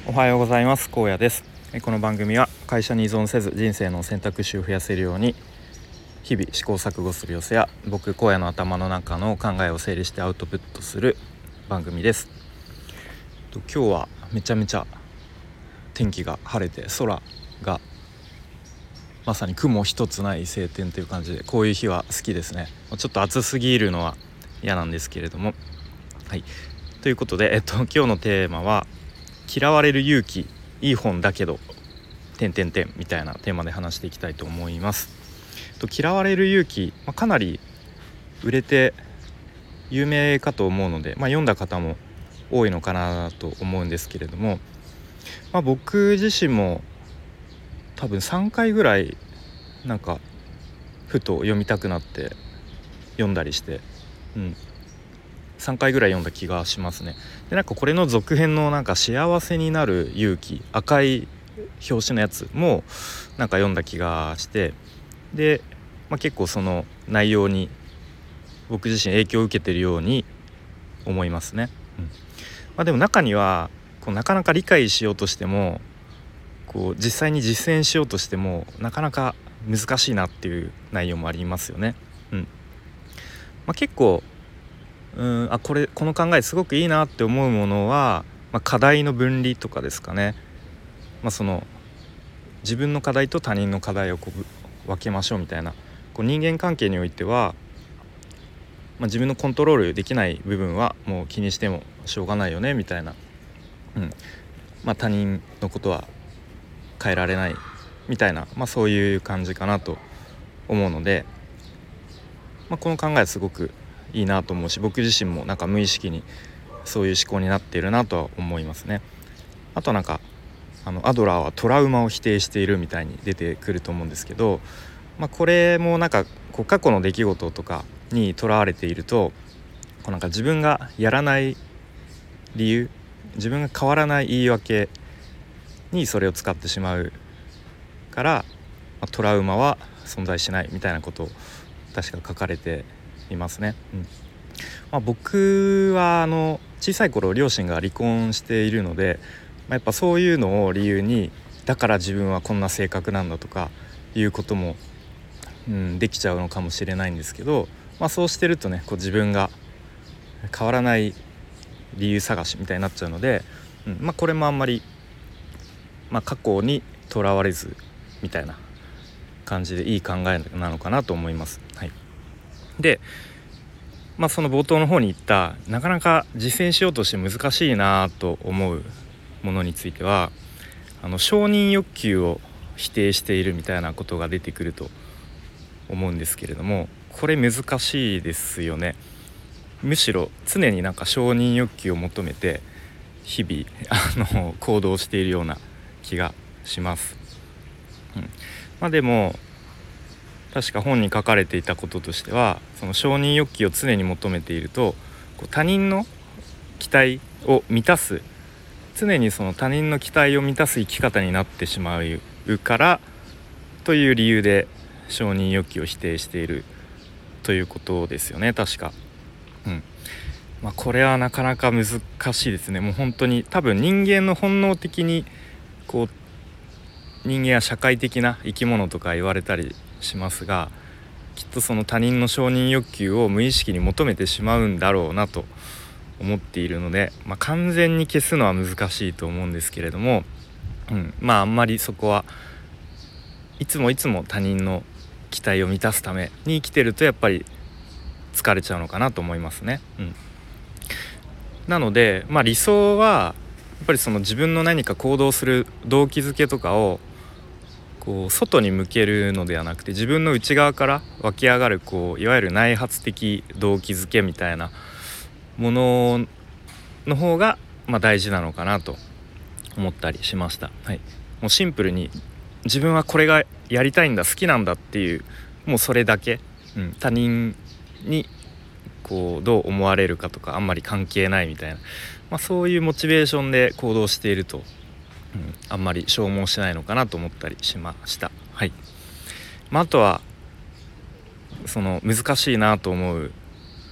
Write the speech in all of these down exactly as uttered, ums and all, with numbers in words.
おはようございます。高野です。この番組は会社に依存せず人生の選択肢を増やせるように日々試行錯誤する様子や僕荒野の頭の中の考えを整理してアウトプットする番組です。今日はめちゃめちゃ天気が晴れて空がまさに雲一つない晴天という感じで、こういう日は好きですね。ちょっと暑すぎるのは嫌なんですけれども、はい、ということで、えっと、今日のテーマは嫌われる勇気、いい本だけど点々点みたいなテーマで話していきたいと思います。と嫌われる勇気、まあ、かなり売れて有名かと思うので、まあ、読んだ方も多いのかなと思うんですけれども、まあ、僕自身も多分さんかいぐらいなんかふと読みたくなって読んだりして、うん、さんかいぐらい読んだ気がしますね。でなんかこれの続編のなんか幸せになる勇気、赤い表紙のやつもなんか読んだ気がして、で、まあ、結構その内容に僕自身影響を受けているように思いますね。うんまあ、でも中にはこうなかなか理解しようとしてもこう実際に実践しようとしてもなかなか難しいなっていう内容もありますよね。うんまあ、結構うんあこれこの考えすごくいいなって思うものは、まあ、課題の分離とかですかね。まあ、その自分の課題と他人の課題をこう分けましょうみたいな、こう人間関係においては、まあ、自分のコントロールできない部分はもう気にしてもしょうがないよねみたいな、うんまあ、他人のことは変えられないみたいな、まあ、そういう感じかなと思うので、まあ、この考えはすごくいいなと思うし、僕自身もなんか無意識にそういう思考になっているなとは思いますね。あとなんかあのアドラーはトラウマを否定しているみたいに出てくると思うんですけど、まあ、これもなんかこう過去の出来事とかにとらわれていると、こうなんか自分がやらない理由、自分が変わらない言い訳にそれを使ってしまうから、まあ、トラウマは存在しないみたいなことを確か書かれていますね。うんまあ、僕はあの小さい頃両親が離婚しているので、まあ、やっぱそういうのを理由にだから自分はこんな性格なんだとかいうことも、うん、できちゃうのかもしれないんですけど、まあ、そうしてるとねこう自分が変わらない理由探しみたいになっちゃうので、うんまあ、これもあんまり、まあ、過去にとらわれずみたいな感じでいい考えなのかなと思います。はい、でまあ、その冒頭の方に言ったなかなか実践しようとして難しいなと思うものについては、あの承認欲求を否定しているみたいなことが出てくると思うんですけれども、これ難しいですよね。むしろ常になんか承認欲求を求めて日々あの行動しているような気がします。うんまあ、でも確か本に書かれていたこととしては、その承認欲求を常に求めているとこう他人の期待を満たす、常にその他人の期待を満たす生き方になってしまうからという理由で承認欲求を否定しているということですよね、確か。うんまあ、これはなかなか難しいですね。もう本当に多分人間の本能的にこう人間は社会的な生き物とか言われたりしますが、きっとその他人の承認欲求を無意識に求めてしまうんだろうなと思っているので、まあ、完全に消すのは難しいと思うんですけれども、うん、まああんまりそこはいつもいつも他人の期待を満たすために生きてるとやっぱり疲れちゃうのかなと思いますね。うん、なので、まあ、理想はやっぱりその自分の何か行動する動機づけとかをこう外に向けるのではなくて、自分の内側から湧き上がるこういわゆる内発的動機づけみたいなものの方がまあ大事なのかなと思ったりしました。はい、もうシンプルに自分はこれがやりたいんだ、好きなんだっていう、もうそれだけ、うん、他人にこうどう思われるかとかあんまり関係ないみたいな、まあ、そういうモチベーションで行動していると、うん、あんまり消耗しないのかなと思ったりしました。はいまあ、あとはその難しいなと思う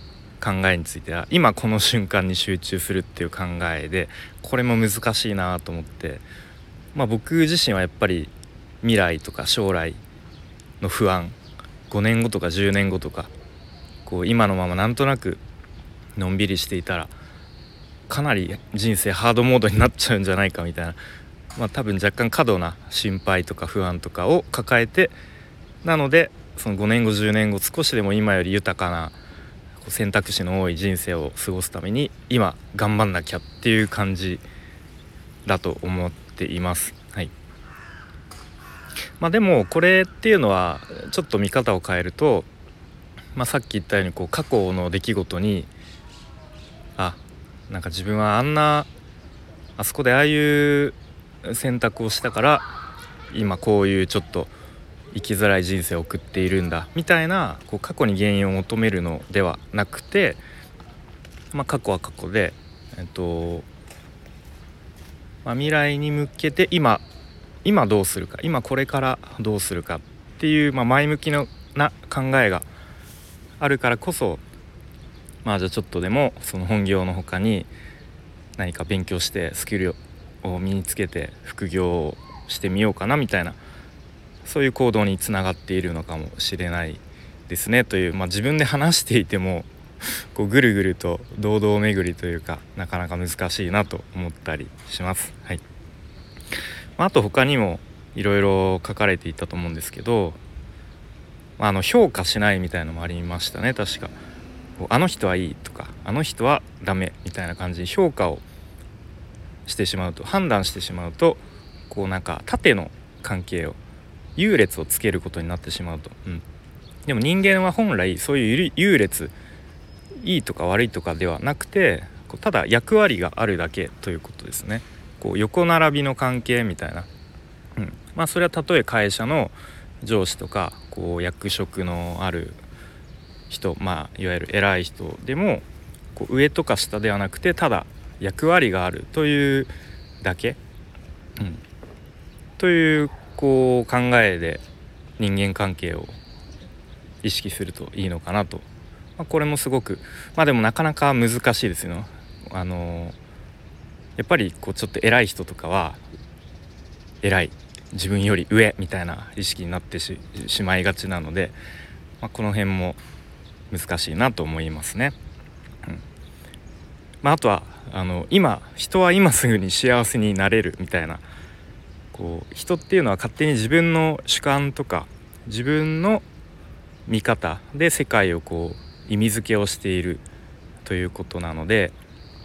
考えについては今この瞬間に集中するっていう考えで、これも難しいなと思って、まあ、僕自身はやっぱり未来とか将来の不安、ごねんごとかじゅうねんごとかこう今のままなんとなくのんびりしていたらかなり人生ハードモードになっちゃうんじゃないかみたいな、まあ、多分若干過度な心配とか不安とかを抱えて、なのでそのごねんごじゅうねんご少しでも今より豊かな選択肢の多い人生を過ごすために今頑張んなきゃっていう感じだと思っています。はい。まあでもこれっていうのはちょっと見方を変えると、まあ、さっき言ったようにこう過去の出来事にあなんか自分はあんなあそこでああいう選択をしたから今こういうちょっと生きづらい人生を送っているんだみたいなこう過去に原因を求めるのではなくて、まあ、過去は過去で、えっとまあ、未来に向けて今今どうするか、今これからどうするかっていう、まあ、前向きな考えがあるからこそ、まあじゃあちょっとでもその本業の他に何か勉強してスキルを身につけて副業をしてみようかなみたいな、そういう行動につながっているのかもしれないですねという、まあ、自分で話していてもこうぐるぐると堂々巡りというかなかなか難しいなと思ったりします。はい。あと他にもいろいろ書かれていたと思うんですけど、あの評価しないみたいなのもありましたね。確かあの人はいいとかあの人はダメみたいな感じに評価をしてしまうと、判断してしまうとこうなんか縦の関係を優劣をつけることになってしまうと、うん、でも人間は本来そういう優劣いいとか悪いとかではなくて、こうただ役割があるだけということですね。こう横並びの関係みたいな、うん、まあそれはたとえ会社の上司とかこう役職のある人、まあいわゆる偉い人でもこう上とか下ではなくてただ役割があるというだけ、うん、というこう考えで人間関係を意識するといいのかなと、まあ、これもすごくまあでもなかなか難しいですよ。あのやっぱりこうちょっと偉い人とかは偉い自分より上みたいな意識になって し, しまいがちなので、まあ、この辺も難しいなと思いますね。うんまあ、あとはあの今人は今すぐに幸せになれるみたいな、こう人っていうのは勝手に自分の主観とか自分の見方で世界をこう意味付けをしているということなので、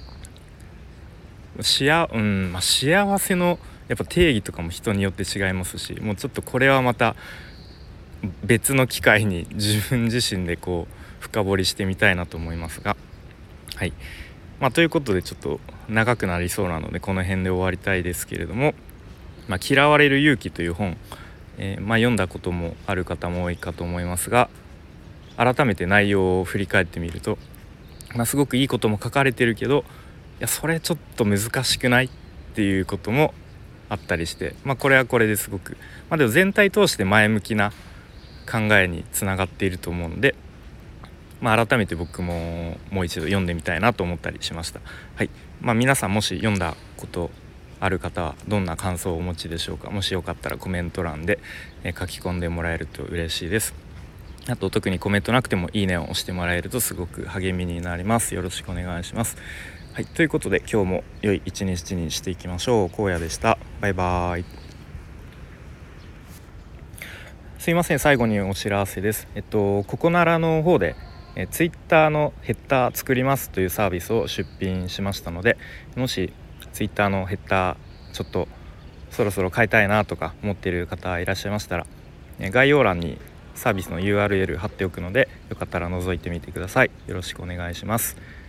しあ、うんまあ、幸せのやっぱ定義とかも人によって違いますし、もうちょっとこれはまた別の機会に自分自身でこう深掘りしてみたいなと思いますが、はい、まあ、ということでちょっと長くなりそうなのでこの辺で終わりたいですけれども、まあ、嫌われる勇気という本、えーまあ、読んだこともある方も多いかと思いますが、改めて内容を振り返ってみると、まあ、すごくいいことも書かれてるけど、いやそれちょっと難しくないっていうこともあったりして、まあ、これはこれですごく、まあ、でも全体通して前向きな考えにつながっていると思うので、まあ、改めて僕ももう一度読んでみたいなと思ったりしました。はい、まあ、皆さんもし読んだことある方はどんな感想をお持ちでしょうか。もしよかったらコメント欄で書き込んでもらえると嬉しいです。あと特にコメントなくてもいいねを押してもらえるとすごく励みになります。よろしくお願いします。はい、ということで今日も良い一日にしていきましょう。荒野でした。バイバーイ。すいません、最後にお知らせです。えっとここならの方でえツイッターのヘッダー作りますというサービスを出品しましたので、もしツイッターのヘッダーちょっとそろそろ変えたいなとか思っている方いらっしゃいましたら、概要欄にサービスの ユーアールエル 貼っておくのでよかったら覗いてみてください。よろしくお願いします。